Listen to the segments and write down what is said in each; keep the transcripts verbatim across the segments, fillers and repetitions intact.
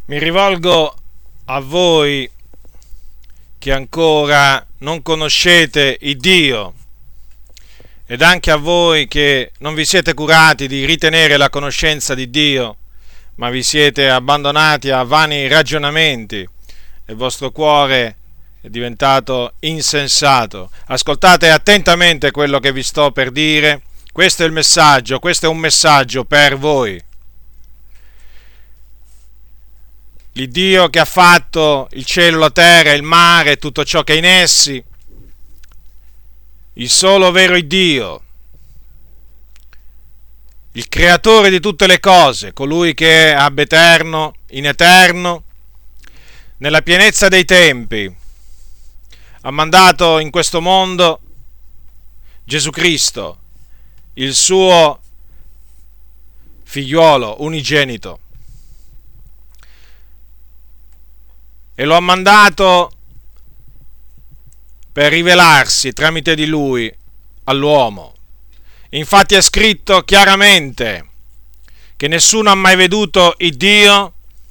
Mi rivolgo a voi che ancora non conoscete il Dio ed anche a voi che non vi siete curati di ritenere la conoscenza di Dio, ma vi siete abbandonati a vani ragionamenti e il vostro cuore è diventato insensato. Ascoltate attentamente quello che vi sto per dire. Questo è il messaggio, questo è un messaggio per voi. L'Iddio che ha fatto il cielo, la terra, il mare e tutto ciò che è in essi, il solo vero Dio, il creatore di tutte le cose, colui che è ab eterno, in eterno, nella pienezza dei tempi, ha mandato in questo mondo Gesù Cristo, il suo figliuolo unigenito, e lo ha mandato per rivelarsi tramite di lui all'uomo. Infatti è scritto chiaramente che nessuno ha mai veduto il Dio,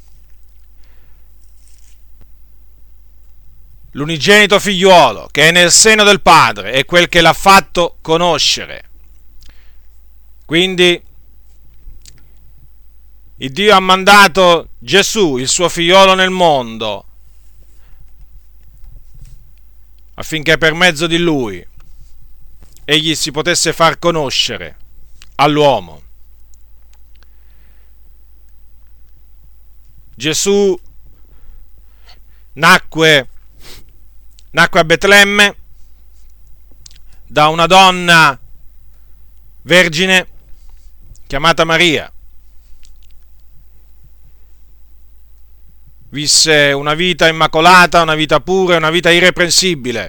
l'unigenito figliuolo che è nel seno del Padre è quel che l'ha fatto conoscere. Quindi il Dio ha mandato Gesù, il suo figliolo, nel mondo affinché per mezzo di lui egli si potesse far conoscere all'uomo. Gesù nacque, nacque a Betlemme da una donna vergine chiamata Maria. Visse una vita immacolata, una vita pura, una vita irreprensibile.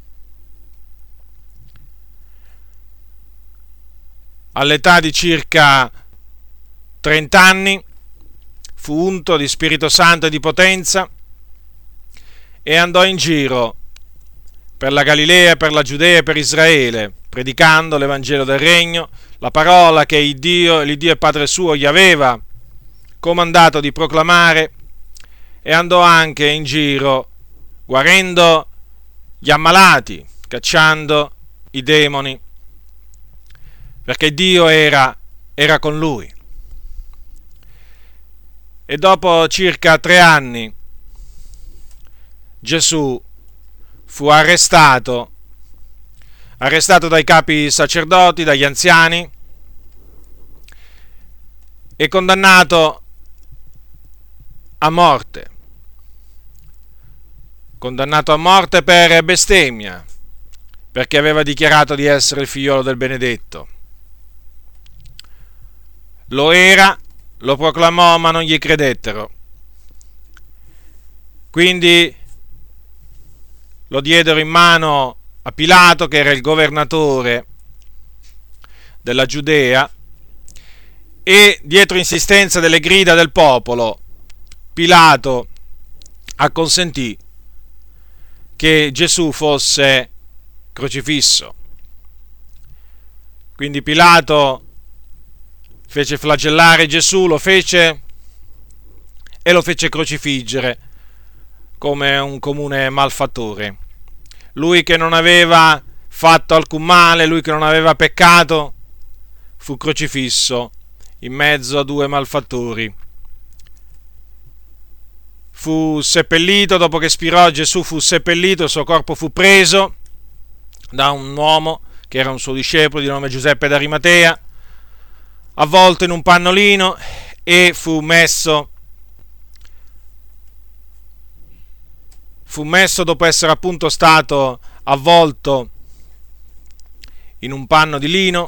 All'età di circa trenta anni fu unto di Spirito Santo e di potenza e andò in giro per la Galilea, per la Giudea e per Israele, predicando l'Evangelo del Regno, la parola che il Dio, l'Iddio e Padre suo gli aveva comandato di proclamare, e andò anche in giro guarendo gli ammalati, cacciando i demoni, perché Dio era, era con lui. E dopo circa tre anni Gesù fu arrestato, arrestato dai capi sacerdoti, dagli anziani, e condannato a morte. Condannato a morte per bestemmia, perché aveva dichiarato di essere il figliolo del benedetto. Lo era, lo proclamò, ma non gli credettero. Quindi lo diedero in mano a Pilato, che era il governatore della Giudea, e dietro insistenza delle grida del popolo, Pilato acconsentì che Gesù fosse crocifisso. Quindi Pilato fece flagellare Gesù, lo fece e lo fece crocifiggere come un comune malfattore. Lui che non aveva fatto alcun male, lui che non aveva peccato, fu crocifisso in mezzo a due malfattori. Fu seppellito, dopo che spirò Gesù fu seppellito, il suo corpo fu preso da un uomo che era un suo discepolo di nome Giuseppe d'Arimatea, avvolto in un pannolino, e fu messo fu messo dopo essere appunto stato avvolto in un panno di lino,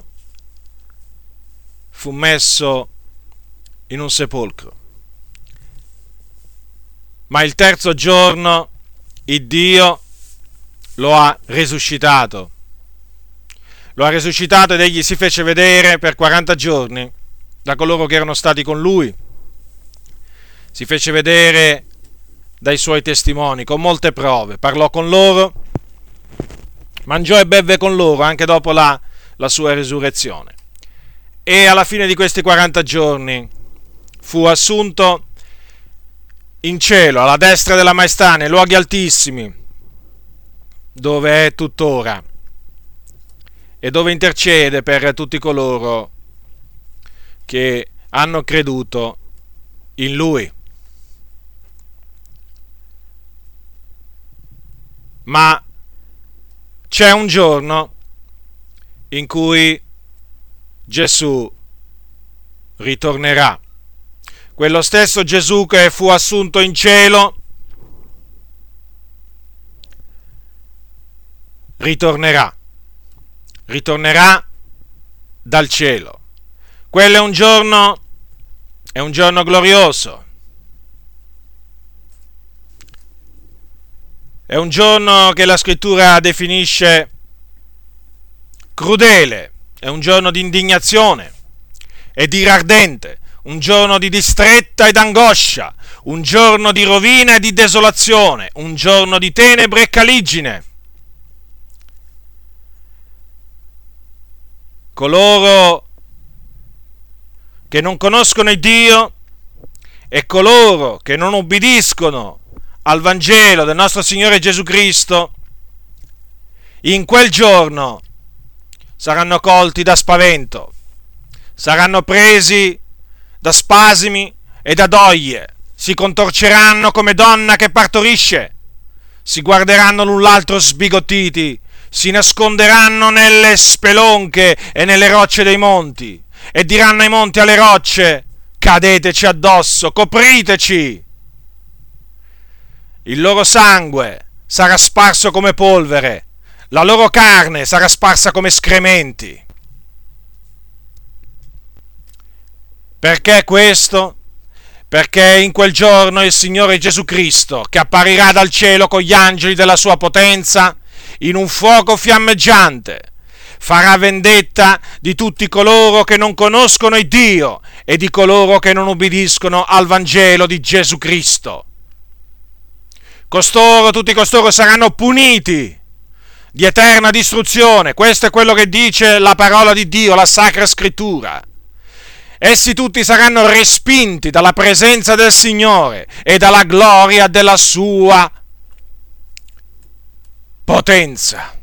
fu messo in un sepolcro. Ma il terzo giorno il Dio lo ha risuscitato. Lo ha risuscitato ed egli si fece vedere per quaranta giorni da coloro che erano stati con lui. Si fece vedere dai suoi testimoni con molte prove. Parlò con loro, mangiò e bevve con loro anche dopo la, la sua risurrezione. E alla fine di questi quaranta giorni fu assunto in cielo, alla destra della Maestà, nei luoghi altissimi, dove è tuttora, e dove intercede per tutti coloro che hanno creduto in Lui. Ma c'è un giorno in cui Gesù ritornerà. Quello stesso Gesù che fu assunto in cielo ritornerà. Ritornerà dal cielo. Quello è un giorno, è un giorno glorioso. È un giorno che la Scrittura definisce crudele, è un giorno di indignazione e di ira ardente, un giorno di distretta ed angoscia, un giorno di rovina e di desolazione, un giorno di tenebre e caligine. Coloro che non conoscono il Dio e coloro che non ubbidiscono al Vangelo del nostro Signore Gesù Cristo, in quel giorno saranno colti da spavento, saranno presi da spasimi e da doglie, si contorceranno come donna che partorisce, si guarderanno l'un l'altro sbigottiti, si nasconderanno nelle spelonche e nelle rocce dei monti e diranno ai monti e alle rocce: cadeteci addosso, copriteci. Il loro sangue sarà sparso come polvere, la loro carne sarà sparsa come escrementi. Perché questo? Perché in quel giorno il Signore Gesù Cristo, che apparirà dal cielo con gli angeli della sua potenza, in un fuoco fiammeggiante, farà vendetta di tutti coloro che non conoscono il Dio e di coloro che non ubbidiscono al Vangelo di Gesù Cristo. Costoro, tutti costoro saranno puniti di eterna distruzione. Questo è quello che dice la parola di Dio, la Sacra Scrittura. Essi tutti saranno respinti dalla presenza del Signore e dalla gloria della sua potenza.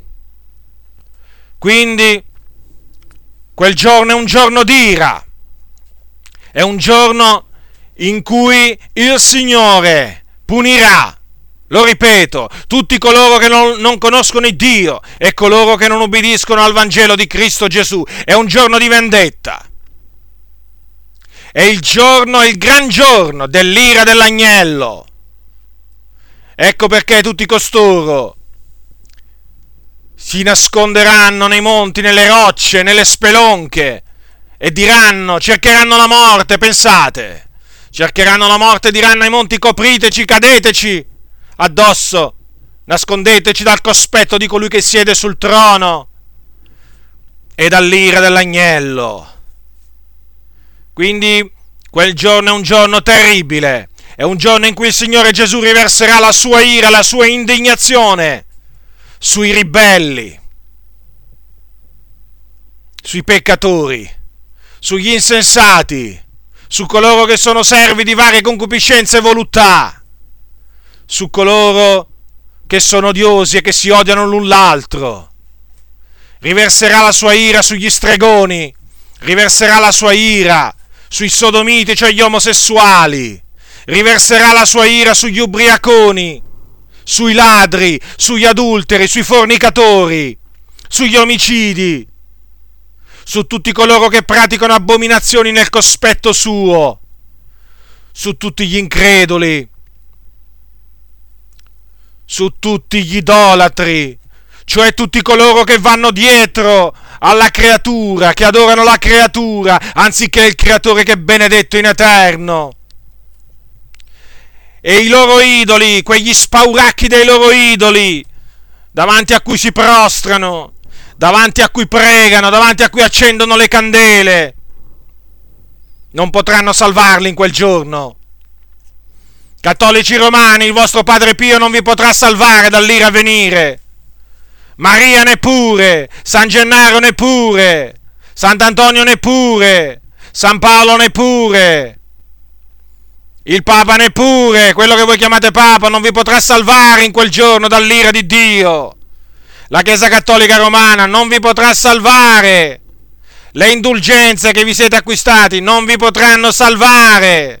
Quindi quel giorno è un giorno d'ira, è un giorno in cui il Signore punirà, lo ripeto, tutti coloro che non, non conoscono il Dio e coloro che non ubbidiscono al Vangelo di Cristo Gesù. È un giorno di vendetta. È il giorno, il gran giorno dell'ira dell'agnello. Ecco perché tutti costoro si nasconderanno nei monti, nelle rocce, nelle spelonche e diranno, cercheranno la morte, pensate, cercheranno la morte e diranno ai monti: copriteci, cadeteci addosso, nascondeteci dal cospetto di colui che siede sul trono e dall'ira dell'agnello. Quindi quel giorno è un giorno terribile, è un giorno in cui il Signore Gesù riverserà la sua ira, la sua indignazione sui ribelli, sui peccatori, sugli insensati, su coloro che sono servi di varie concupiscenze e voluttà, su coloro che sono odiosi e che si odiano l'un l'altro. Riverserà la sua ira sugli stregoni, riverserà la sua ira sui sodomiti, cioè gli omosessuali, riverserà la sua ira sugli ubriaconi, sui ladri, sugli adulteri, sui fornicatori, sugli omicidi, su tutti coloro che praticano abominazioni nel cospetto suo, su tutti gli increduli, su tutti gli idolatri, cioè tutti coloro che vanno dietro alla creatura, che adorano la creatura, anziché il creatore che è benedetto in eterno. E i loro idoli, quegli spauracchi dei loro idoli, davanti a cui si prostrano, davanti a cui pregano, davanti a cui accendono le candele, non potranno salvarli in quel giorno. Cattolici romani, il vostro Padre Pio non vi potrà salvare dall'ira a venire. Maria neppure, San Gennaro neppure, Sant'Antonio neppure, San Paolo neppure. Il Papa neppure, quello che voi chiamate Papa, non vi potrà salvare in quel giorno dall'ira di Dio. La Chiesa Cattolica Romana non vi potrà salvare. Le indulgenze che vi siete acquistati non vi potranno salvare.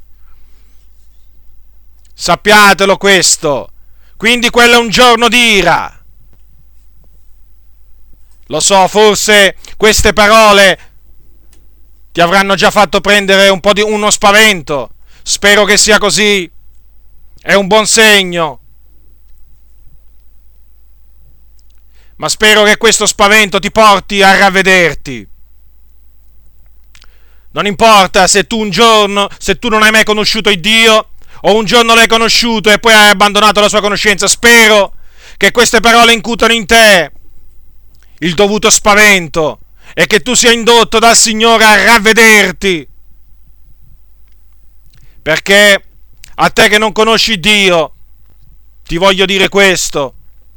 Sappiatelo questo. Quindi quello è un giorno d'ira. Lo so, forse queste parole ti avranno già fatto prendere un po' di uno spavento. Spero che sia così. È un buon segno. Ma spero che questo spavento ti porti a ravvederti. Non importa se tu un giorno, se tu non hai mai conosciuto il Dio, o un giorno l'hai conosciuto e poi hai abbandonato la sua conoscenza. Spero che queste parole incutano in te il dovuto spavento e che tu sia indotto dal Signore a ravvederti. Perché a te che non conosci Dio, ti voglio dire questo.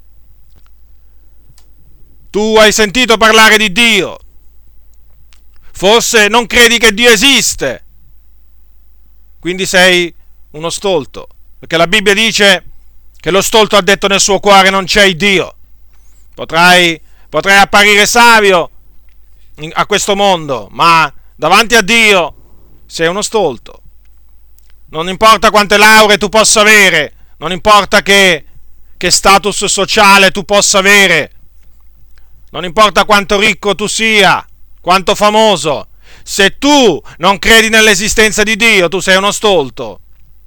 Tu hai sentito parlare di Dio. Forse non credi che Dio esiste. Quindi sei uno stolto. Perché la Bibbia dice che lo stolto ha detto nel suo cuore non c'è Dio. Potrai, potrai apparire savio in, a questo mondo, ma davanti a Dio sei uno stolto. Non importa quante lauree tu possa avere, non importa che, che status sociale tu possa avere, non importa quanto ricco tu sia, quanto famoso, se tu non credi nell'esistenza di Dio, tu sei uno stolto.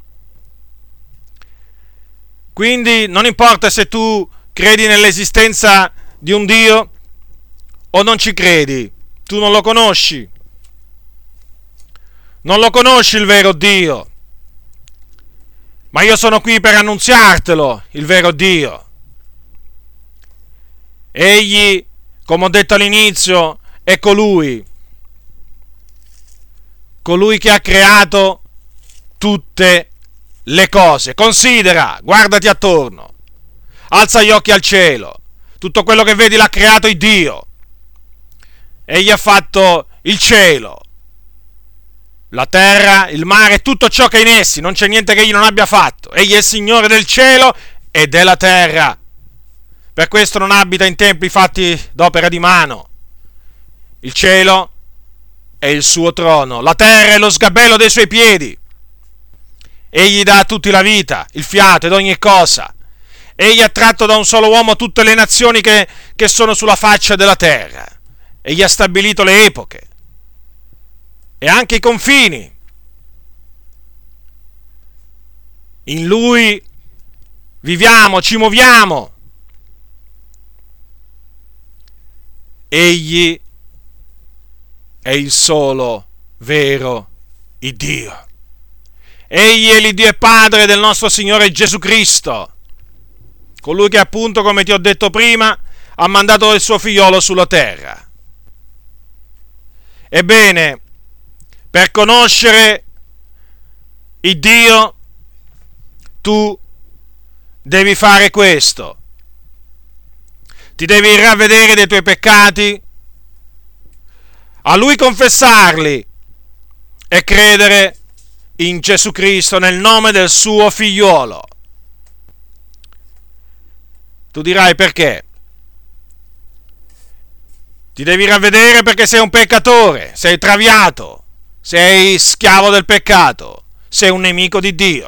Quindi non importa se tu credi nell'esistenza di un Dio o non ci credi, tu non lo conosci. Non lo conosci il vero Dio. Ma io sono qui per annunziartelo, il vero Dio. Egli, come ho detto all'inizio, è colui, colui che ha creato tutte le cose. Considera, guardati attorno, alza gli occhi al cielo, tutto quello che vedi l'ha creato il Dio. Egli ha fatto il cielo, la terra, il mare, tutto ciò che è in essi, non c'è niente che egli non abbia fatto. Egli è il Signore del cielo e della terra. Per questo non abita in templi fatti d'opera di mano. Il cielo è il suo trono, la terra è lo sgabello dei suoi piedi. Egli dà a tutti la vita, il fiato ed ogni cosa. Egli ha tratto da un solo uomo tutte le nazioni che, che sono sulla faccia della terra. Egli ha stabilito le epoche e anche i confini. In Lui viviamo, ci muoviamo. Egli è il solo vero Dio. Egli è l'Iddio e Padre del nostro Signore Gesù Cristo, colui che appunto, come ti ho detto prima, ha mandato il suo figliolo sulla terra. Ebbene, per conoscere il Dio, tu devi fare questo. Ti devi ravvedere dei tuoi peccati, a Lui confessarli e credere in Gesù Cristo nel nome del suo figliuolo. Tu dirai perché? Ti devi ravvedere perché sei un peccatore, sei traviato, sei schiavo del peccato, sei un nemico di Dio.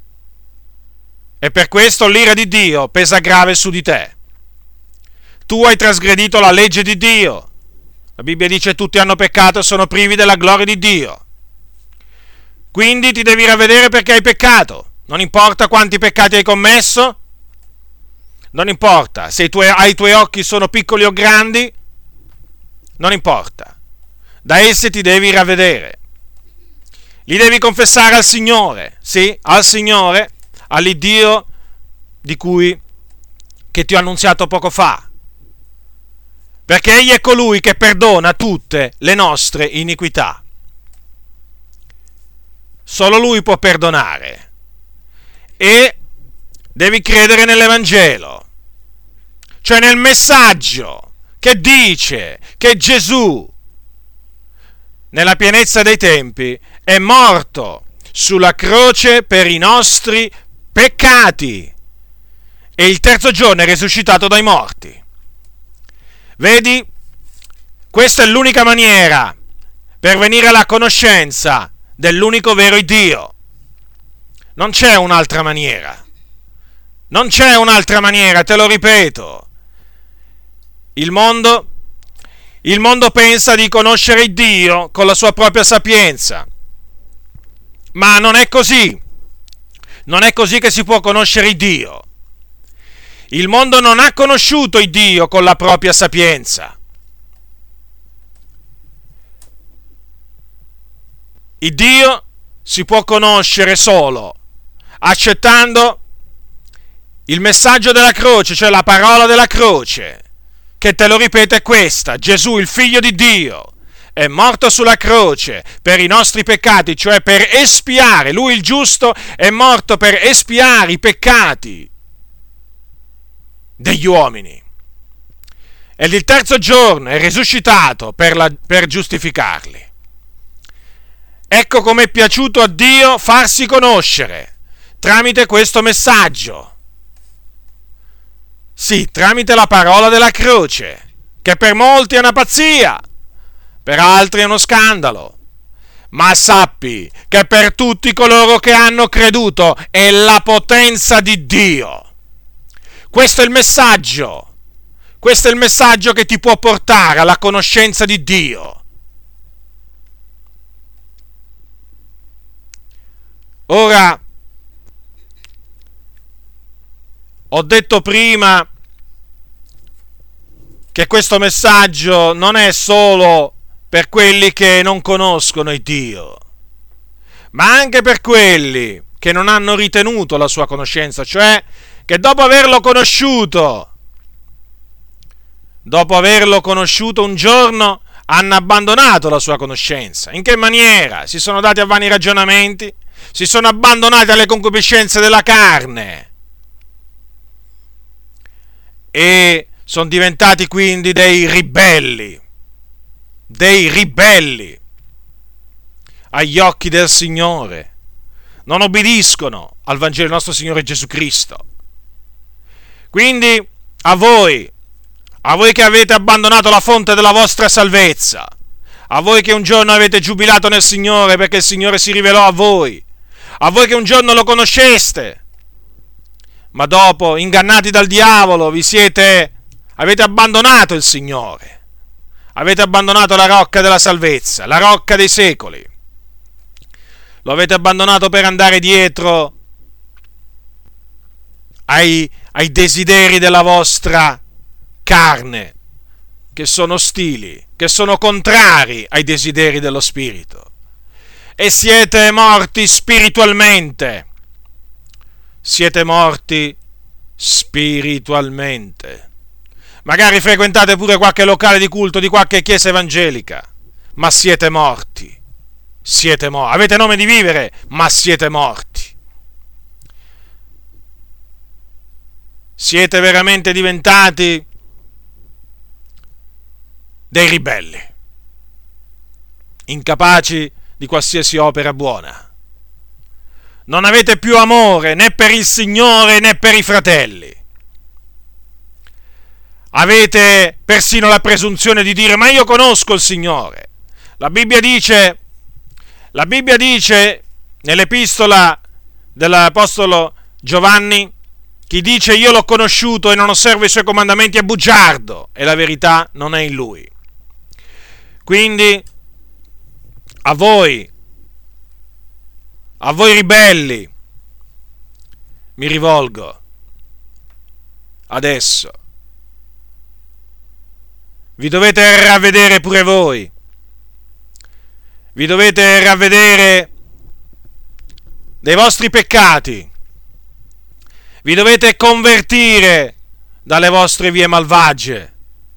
E per questo l'ira di Dio pesa grave su di te. Tu hai trasgredito la legge di Dio. La Bibbia dice: tutti hanno peccato e sono privi della gloria di Dio. Quindi ti devi ravvedere perché hai peccato. Non importa quanti peccati hai commesso, non importa se i tuoi, ai tuoi occhi sono piccoli o grandi, non importa. Da essi ti devi ravvedere. Li devi confessare al Signore, sì, al Signore, all'Iddio di cui che ti ho annunziato poco fa. Perché Egli è colui che perdona tutte le nostre iniquità. Solo Lui può perdonare. E devi credere nell'Evangelo, cioè nel messaggio che dice che Gesù, nella pienezza dei tempi, è morto sulla croce per i nostri peccati e il terzo giorno è risuscitato dai morti. Vedi? Questa è l'unica maniera per venire alla conoscenza dell'unico vero Dio. Non c'è un'altra maniera. Non c'è un'altra maniera, te lo ripeto. Il mondo, il mondo pensa di conoscere Dio con la sua propria sapienza. Ma non è così. Non è così che si può conoscere Dio. Il mondo non ha conosciuto il Dio con la propria sapienza. Il Dio si può conoscere solo accettando il messaggio della croce, cioè la parola della croce, che te lo ripeto è questa: Gesù, il Figlio di Dio, è morto sulla croce per i nostri peccati, cioè per espiare, lui il giusto è morto per espiare i peccati degli uomini. Ed il terzo giorno è risuscitato per, la, per giustificarli. Ecco come è piaciuto a Dio farsi conoscere tramite questo messaggio. Sì, tramite la parola della croce, che per molti è una pazzia, per altri è uno scandalo, ma sappi che per tutti coloro che hanno creduto è la potenza di Dio. Questo è il messaggio, questo è il messaggio che ti può portare alla conoscenza di Dio. Ora, ho detto prima che questo messaggio non è solo per quelli che non conoscono il Dio, ma anche per quelli che non hanno ritenuto la sua conoscenza, cioè che dopo averlo conosciuto, dopo averlo conosciuto un giorno, hanno abbandonato la sua conoscenza. In che maniera? Si sono dati a vani ragionamenti, si sono abbandonati alle concupiscenze della carne e sono diventati quindi dei ribelli, dei ribelli agli occhi del Signore. Non obbediscono al Vangelo del nostro Signore Gesù Cristo. Quindi a voi, a voi che avete abbandonato la fonte della vostra salvezza, a voi che un giorno avete giubilato nel Signore perché il Signore si rivelò a voi, a voi che un giorno lo conosceste, ma dopo, ingannati dal diavolo, vi siete, avete abbandonato il Signore, avete abbandonato la rocca della salvezza, la rocca dei secoli, lo avete abbandonato per andare dietro ai, ai desideri della vostra carne, che sono ostili, che sono contrari ai desideri dello Spirito, e siete morti spiritualmente, siete morti spiritualmente. Magari frequentate pure qualche locale di culto di qualche chiesa evangelica, ma siete morti, siete morti, avete nome di vivere, ma siete morti. Siete veramente diventati dei ribelli, incapaci di qualsiasi opera buona. Non avete più amore né per il Signore né per i fratelli. Avete persino la presunzione di dire: ma io conosco il Signore. La Bibbia dice, la Bibbia dice nell'epistola dell'Apostolo Giovanni: chi dice io l'ho conosciuto e non osserva i suoi comandamenti è bugiardo, e la verità non è in lui. Quindi a voi, a voi ribelli, mi rivolgo adesso. Vi dovete ravvedere pure voi. Vi dovete ravvedere dei vostri peccati. Vi dovete convertire dalle vostre vie malvagie.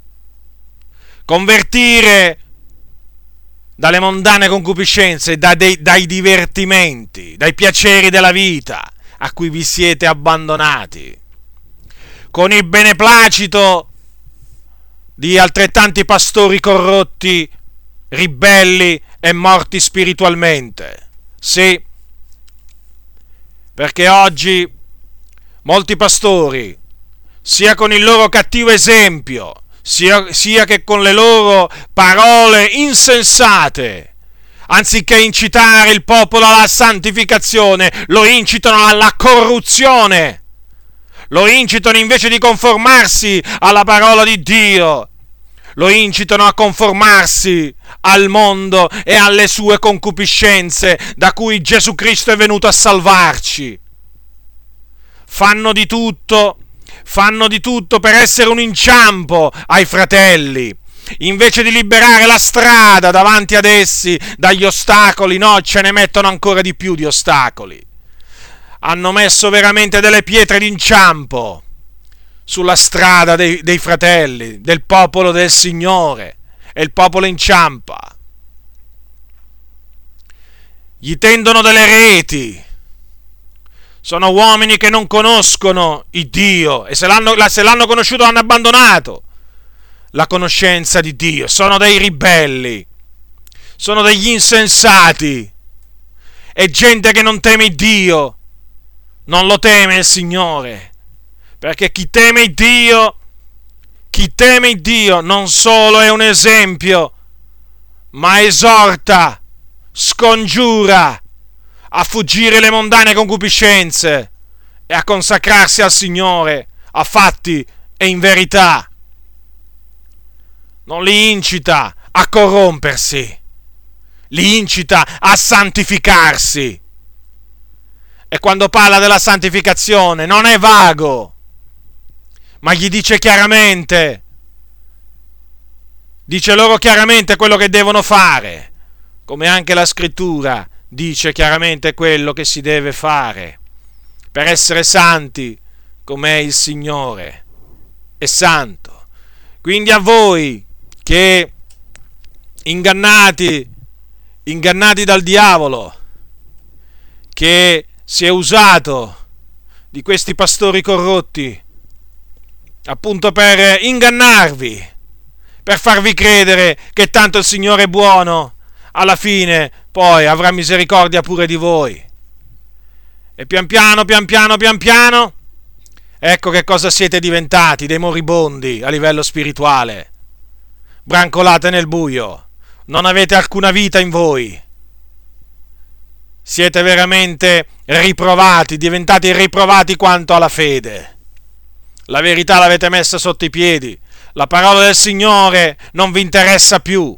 Convertire dalle mondane concupiscenze, da dei, dai divertimenti, dai piaceri della vita a cui vi siete abbandonati, con il beneplacito di altrettanti pastori corrotti, ribelli e morti spiritualmente. Sì, perché oggi molti pastori, sia con il loro cattivo esempio, sia, sia che con le loro parole insensate, anziché incitare il popolo alla santificazione, lo incitano alla corruzione, lo incitano invece di conformarsi alla parola di Dio, lo incitano a conformarsi al mondo e alle sue concupiscenze da cui Gesù Cristo è venuto a salvarci. Fanno di tutto, fanno di tutto per essere un inciampo ai fratelli. Invece di liberare la strada davanti ad essi dagli ostacoli, no, ce ne mettono ancora di più di ostacoli. Hanno messo veramente delle pietre d'inciampo sulla strada dei, dei fratelli, del popolo del Signore, e il popolo inciampa. Gli tendono delle reti. Sono uomini che non conoscono il Dio, e se l'hanno, se l'hanno conosciuto hanno abbandonato la conoscenza di Dio. Sono dei ribelli, sono degli insensati, è gente che non teme Dio, non lo teme il Signore, perché chi teme il Dio, chi teme il Dio non solo è un esempio, ma esorta, scongiura a fuggire le mondane concupiscenze e a consacrarsi al Signore a fatti e in verità. Non li incita a corrompersi, li incita a santificarsi. E quando parla della santificazione non è vago, ma gli dice chiaramente, dice loro chiaramente quello che devono fare, come anche la Scrittura dice chiaramente quello che si deve fare per essere santi come il Signore è santo. Quindi a voi che ingannati, ingannati dal diavolo, che si è usato di questi pastori corrotti appunto per ingannarvi, per farvi credere che tanto il Signore è buono, alla fine poi avrà misericordia pure di voi. E pian piano, pian piano, pian piano, ecco che cosa siete diventati, dei moribondi a livello spirituale. Brancolate nel buio, non avete alcuna vita in voi. Siete veramente riprovati, diventati riprovati quanto alla fede. La verità l'avete messa sotto i piedi, la parola del Signore non vi interessa più.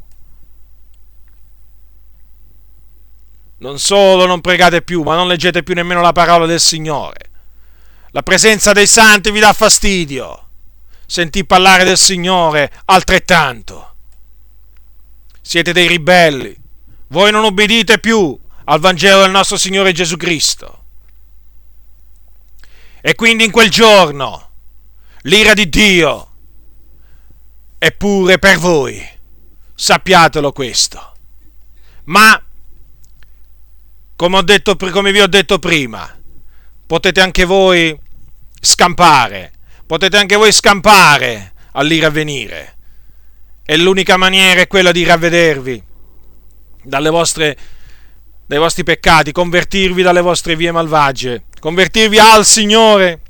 Non solo non pregate più, ma non leggete più nemmeno la parola del Signore. La presenza dei santi vi dà fastidio. Sentì parlare del Signore altrettanto. Siete dei ribelli. Voi non obbedite più al Vangelo del nostro Signore Gesù Cristo. E quindi in quel giorno l'ira di Dio è pure per voi. Sappiatelo questo. Ma Come, ho detto, come vi ho detto prima, potete anche voi scampare, potete anche voi scampare all'ira a venire. E l'unica maniera è quella di ravvedervi dalle vostre, dai vostri peccati, convertirvi dalle vostre vie malvagie, convertirvi al Signore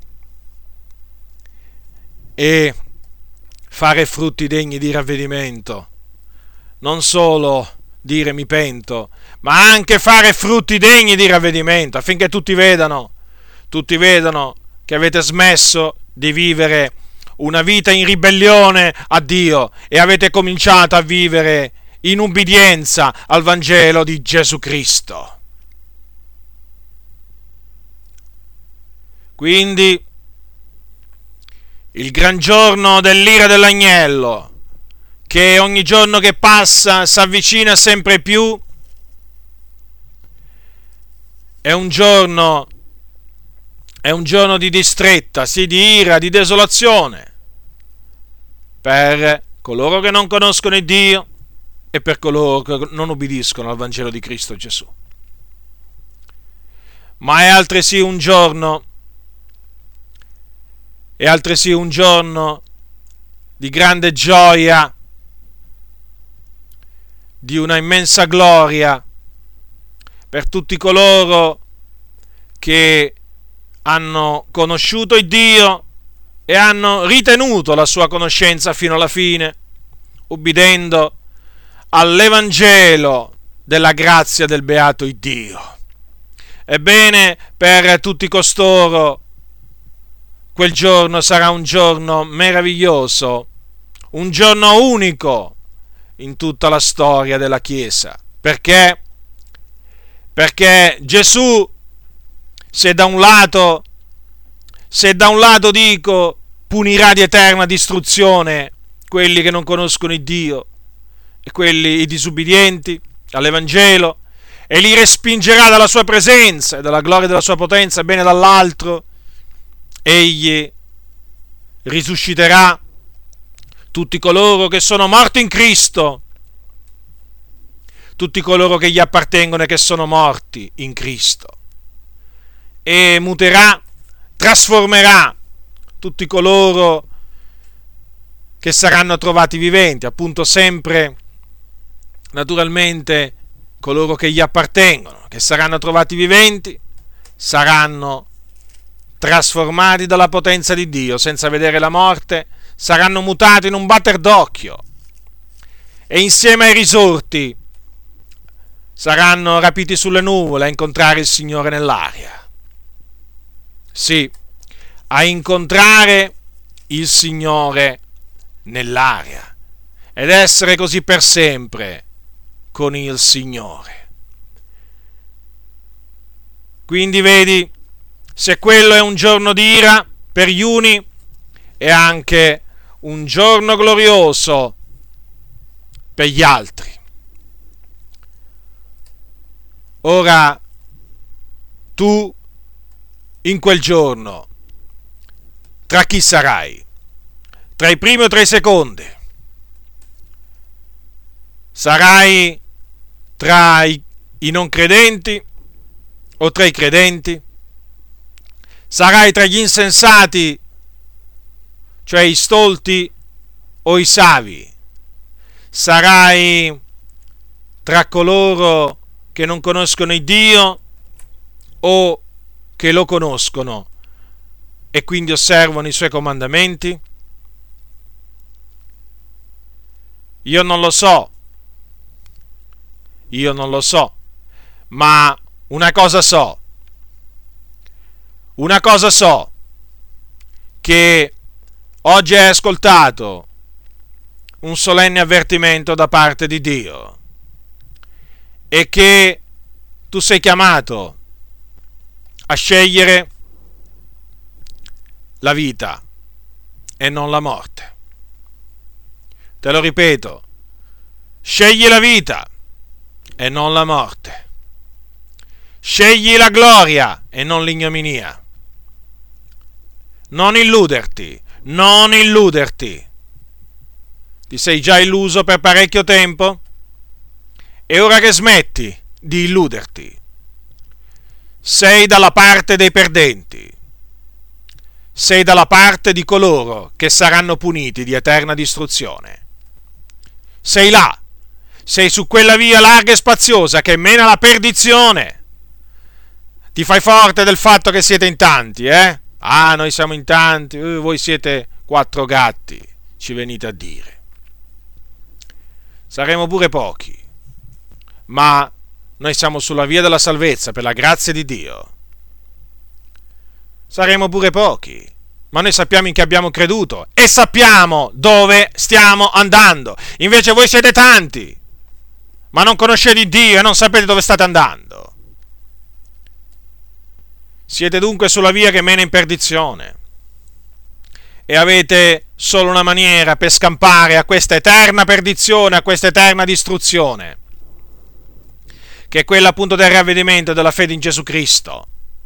e fare frutti degni di ravvedimento. Non solo dire mi pento, ma anche fare frutti degni di ravvedimento, affinché tutti vedano, tutti vedano che avete smesso di vivere una vita in ribellione a Dio e avete cominciato a vivere in ubbidienza al Vangelo di Gesù Cristo. Quindi il gran giorno dell'ira dell'agnello, che ogni giorno che passa si avvicina sempre più, è un giorno, è un giorno di distretta, sì, di ira, di desolazione, per coloro che non conoscono il Dio e per coloro che non obbediscono al Vangelo di Cristo Gesù. Ma è altresì un giorno, è altresì un giorno di grande gioia, di una immensa gloria per tutti coloro che hanno conosciuto il Dio e hanno ritenuto la sua conoscenza fino alla fine, ubbidendo all'Evangelo della grazia del beato Iddio. Ebbene, per tutti costoro quel giorno sarà un giorno meraviglioso, un giorno unico in tutta la storia della Chiesa. Perché? Perché Gesù, se da un lato, se da un lato dico, punirà di eterna distruzione quelli che non conoscono il Dio e quelli i disubbidienti all'Evangelo, e li respingerà dalla sua presenza e dalla gloria della sua potenza, bene dall'altro egli risusciterà tutti coloro che sono morti in Cristo, tutti coloro che gli appartengono e che sono morti in Cristo, e muterà, trasformerà tutti coloro che saranno trovati viventi, appunto sempre, naturalmente, coloro che gli appartengono, che saranno trovati viventi, saranno trasformati dalla potenza di Dio senza vedere la morte, saranno mutati in un batter d'occhio, e insieme ai risorti saranno rapiti sulle nuvole a incontrare il Signore nell'aria. Sì, a incontrare il Signore nell'aria, ed essere così per sempre con il Signore. Quindi vedi, se quello è un giorno di ira per gli uni, è anche un giorno glorioso per gli altri. Ora, tu in quel giorno, tra chi sarai? Tra i primi o tra i secondi? Sarai tra i, i non credenti o tra i credenti? Sarai tra gli insensati, cioè i stolti, o i savi? Sarai tra coloro che non conoscono il Dio o che lo conoscono e quindi osservano i suoi comandamenti? Io non lo so, io non lo so, ma una cosa so, una cosa so, che oggi hai ascoltato un solenne avvertimento da parte di Dio e che tu sei chiamato a scegliere la vita e non la morte. Te lo ripeto, scegli la vita e non la morte. Scegli la gloria e non l'ignominia. Non illuderti, non illuderti. Ti sei già illuso per parecchio tempo? E ora che smetti di illuderti, sei dalla parte dei perdenti. Sei dalla parte di coloro che saranno puniti di eterna distruzione. Sei là, sei su quella via larga e spaziosa che mena alla perdizione. Ti fai forte del fatto che siete in tanti, eh? Ah, noi siamo in tanti, eh, voi siete quattro gatti, ci venite a dire. Saremo pure pochi, ma noi siamo sulla via della salvezza per la grazia di Dio. Saremo pure pochi, ma noi sappiamo in chi abbiamo creduto e sappiamo dove stiamo andando. Invece voi siete tanti, ma non conoscete Dio e non sapete dove state andando. Siete dunque sulla via che mena in perdizione e avete solo una maniera per scampare a questa eterna perdizione, a questa eterna distruzione, che è quella appunto del ravvedimento e della fede in Gesù Cristo.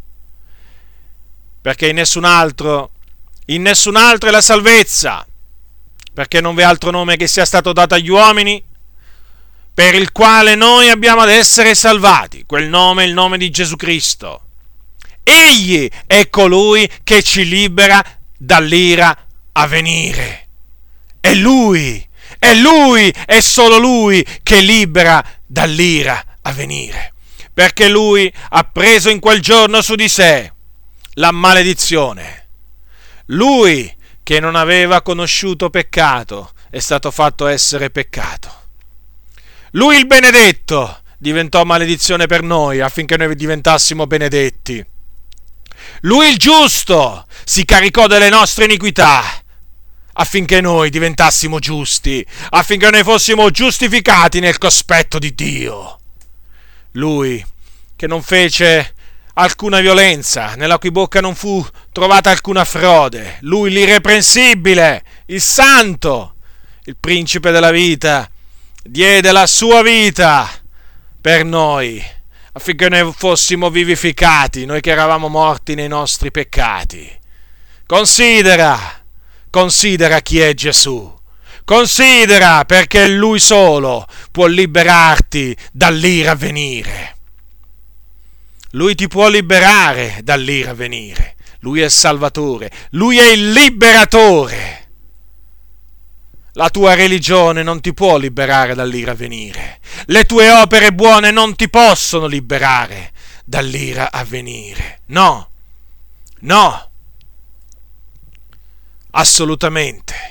Perché in nessun altro, in nessun altro è la salvezza, perché non v'è altro nome che sia stato dato agli uomini per il quale noi abbiamo ad essere salvati. Quel nome è il nome di Gesù Cristo. Egli è colui che ci libera dall'ira a venire. È Lui, è Lui, è solo Lui che libera dall'ira a venire. Perché Lui ha preso in quel giorno su di sé la maledizione. Lui che non aveva conosciuto peccato è stato fatto essere peccato. Lui il benedetto diventò maledizione per noi affinché noi diventassimo benedetti. Lui il giusto si caricò delle nostre iniquità affinché noi diventassimo giusti, affinché noi fossimo giustificati nel cospetto di Dio. Lui che non fece alcuna violenza, nella cui bocca non fu trovata alcuna frode, lui l'irreprensibile, il santo, il principe della vita, diede la sua vita per noi, affinché noi fossimo vivificati, noi che eravamo morti nei nostri peccati. Considera, considera chi è Gesù. Considera, perché Lui solo può liberarti dall'ira a venire. Lui ti può liberare dall'ira a venire. Lui è il Salvatore, Lui è il Liberatore. La tua religione non ti può liberare dall'ira a venire. Le tue opere buone non ti possono liberare dall'ira a venire. No, no, assolutamente.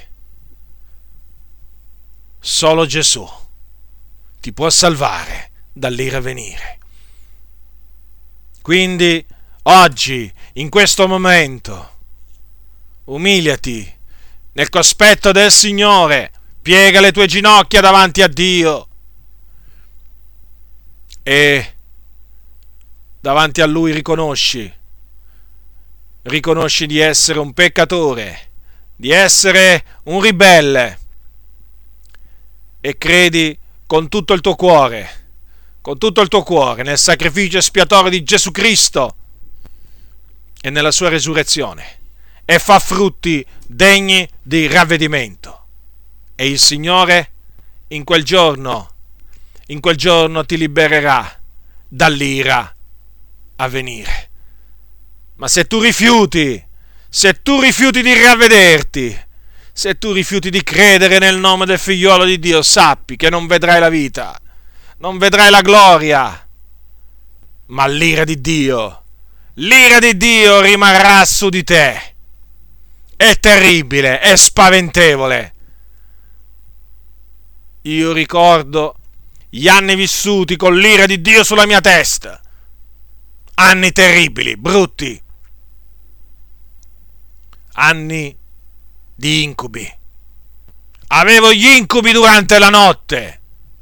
Solo Gesù ti può salvare dall'ira a venire. Quindi, oggi, in questo momento, umiliati nel cospetto del Signore, piega le tue ginocchia davanti a Dio e davanti a Lui riconosci, riconosci di essere un peccatore, di essere un ribelle e credi con tutto il tuo cuore, con tutto il tuo cuore nel sacrificio espiatorio di Gesù Cristo e nella sua resurrezione e fa frutti degni di ravvedimento. E il Signore in quel giorno, in quel giorno ti libererà dall'ira a venire. Ma se tu rifiuti, se tu rifiuti di ravvederti, se tu rifiuti di credere nel nome del Figliolo di Dio, sappi che non vedrai la vita, non vedrai la gloria, ma l'ira di Dio, l'ira di Dio rimarrà su di te. È terribile, è spaventevole. Io ricordo gli anni vissuti con l'ira di Dio sulla mia testa. Anni terribili, brutti. Anni di incubi. Avevo gli incubi durante la notte.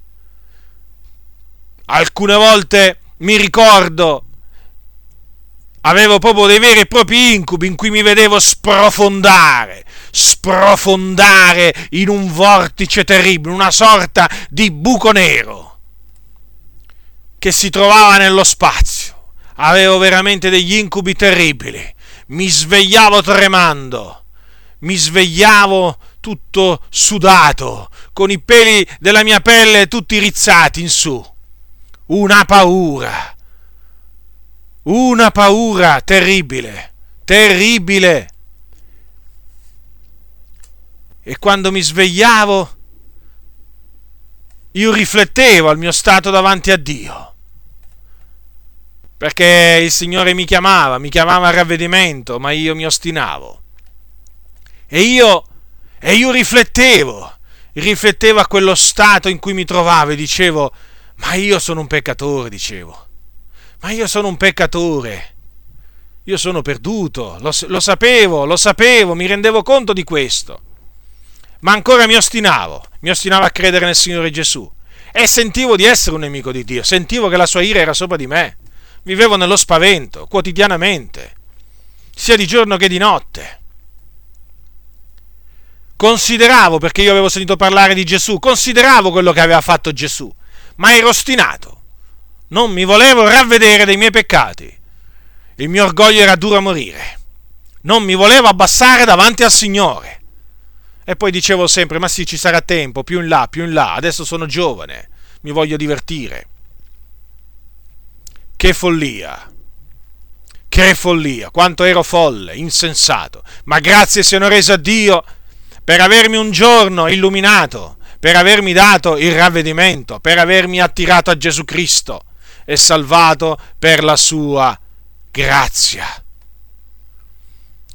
Alcune volte mi ricordo avevo proprio dei veri e propri incubi in cui mi vedevo sprofondare, sprofondare in un vortice terribile, una sorta di buco nero che si trovava nello spazio. Avevo veramente degli incubi terribili. Mi svegliavo tremando, mi svegliavo tutto sudato, con i peli della mia pelle tutti rizzati in su. Una paura. Una paura terribile, terribile. E quando mi svegliavo, io riflettevo al mio stato davanti a Dio, perché il Signore mi chiamava, mi chiamava al ravvedimento, ma io mi ostinavo. E io, e io riflettevo, riflettevo a quello stato in cui mi trovavo e dicevo, ma io sono un peccatore, dicevo. Ma io sono un peccatore, io sono perduto, lo, lo sapevo, lo sapevo, mi rendevo conto di questo, ma ancora mi ostinavo, mi ostinavo a credere nel Signore Gesù e sentivo di essere un nemico di Dio, sentivo che la sua ira era sopra di me, vivevo nello spavento, quotidianamente, sia di giorno che di notte. Consideravo, perché io avevo sentito parlare di Gesù, consideravo quello che aveva fatto Gesù, ma ero ostinato. Non mi volevo ravvedere dei miei peccati. Il mio orgoglio era duro a morire. Non mi volevo abbassare davanti al Signore. E poi dicevo sempre, ma sì, ci sarà tempo, più in là, più in là. Adesso sono giovane, mi voglio divertire. Che follia. Che follia. Quanto ero folle, insensato. Ma grazie siano rese a Dio per avermi un giorno illuminato, per avermi dato il ravvedimento, per avermi attirato a Gesù Cristo e salvato per la sua grazia.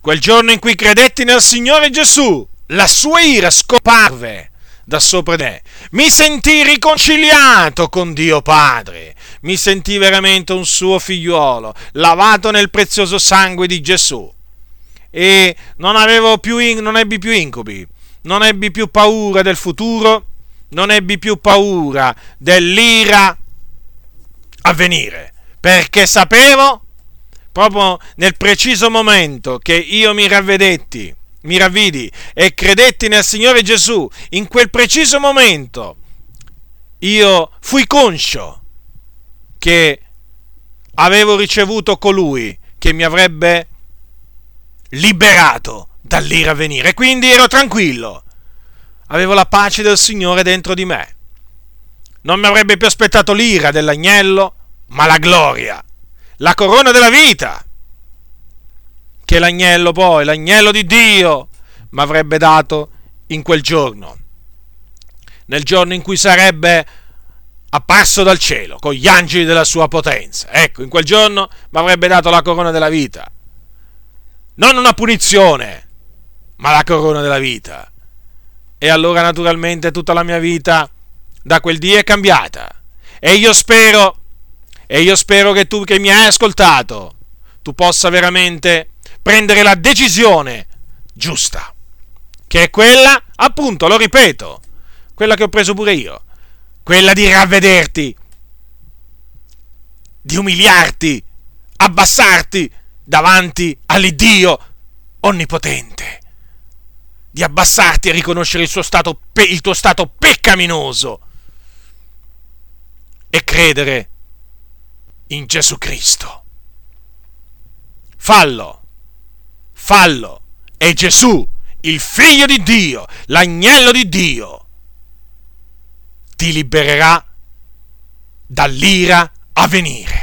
quel giorno in cui credetti nel Signore Gesù, la sua ira scomparve da sopra di me. Mi sentii riconciliato con Dio Padre, mi sentii veramente un suo figliuolo, lavato nel prezioso sangue di Gesù, e non avevo più in, non ebbi più incubi, non ebbi più paura del futuro, non ebbi più paura dell'ira a venire, perché sapevo, proprio nel preciso momento che io mi ravvedetti, mi ravvidi e credetti nel Signore Gesù, in quel preciso momento io fui conscio che avevo ricevuto colui che mi avrebbe liberato dall'ira a venire, e quindi ero tranquillo, avevo la pace del Signore dentro di me, non mi avrebbe più aspettato l'ira dell'agnello, ma la gloria, la corona della vita, che l'agnello poi, l'agnello di Dio, mi avrebbe dato in quel giorno, nel giorno in cui sarebbe apparso dal cielo con gli angeli della sua potenza. Ecco, in quel giorno mi avrebbe dato la corona della vita, non una punizione, ma la corona della vita. E allora naturalmente tutta la mia vita da quel dì è cambiata, e io spero e io spero che tu che mi hai ascoltato, tu possa veramente prendere la decisione giusta, che è quella, appunto, lo ripeto, quella che ho preso pure io, quella di ravvederti, di umiliarti, abbassarti davanti all'Iddio onnipotente, di abbassarti e riconoscere il suo stato, il tuo stato peccaminoso, e credere in Gesù Cristo. Fallo, fallo, e Gesù, il Figlio di Dio, l'agnello di Dio, ti libererà dall'ira a venire.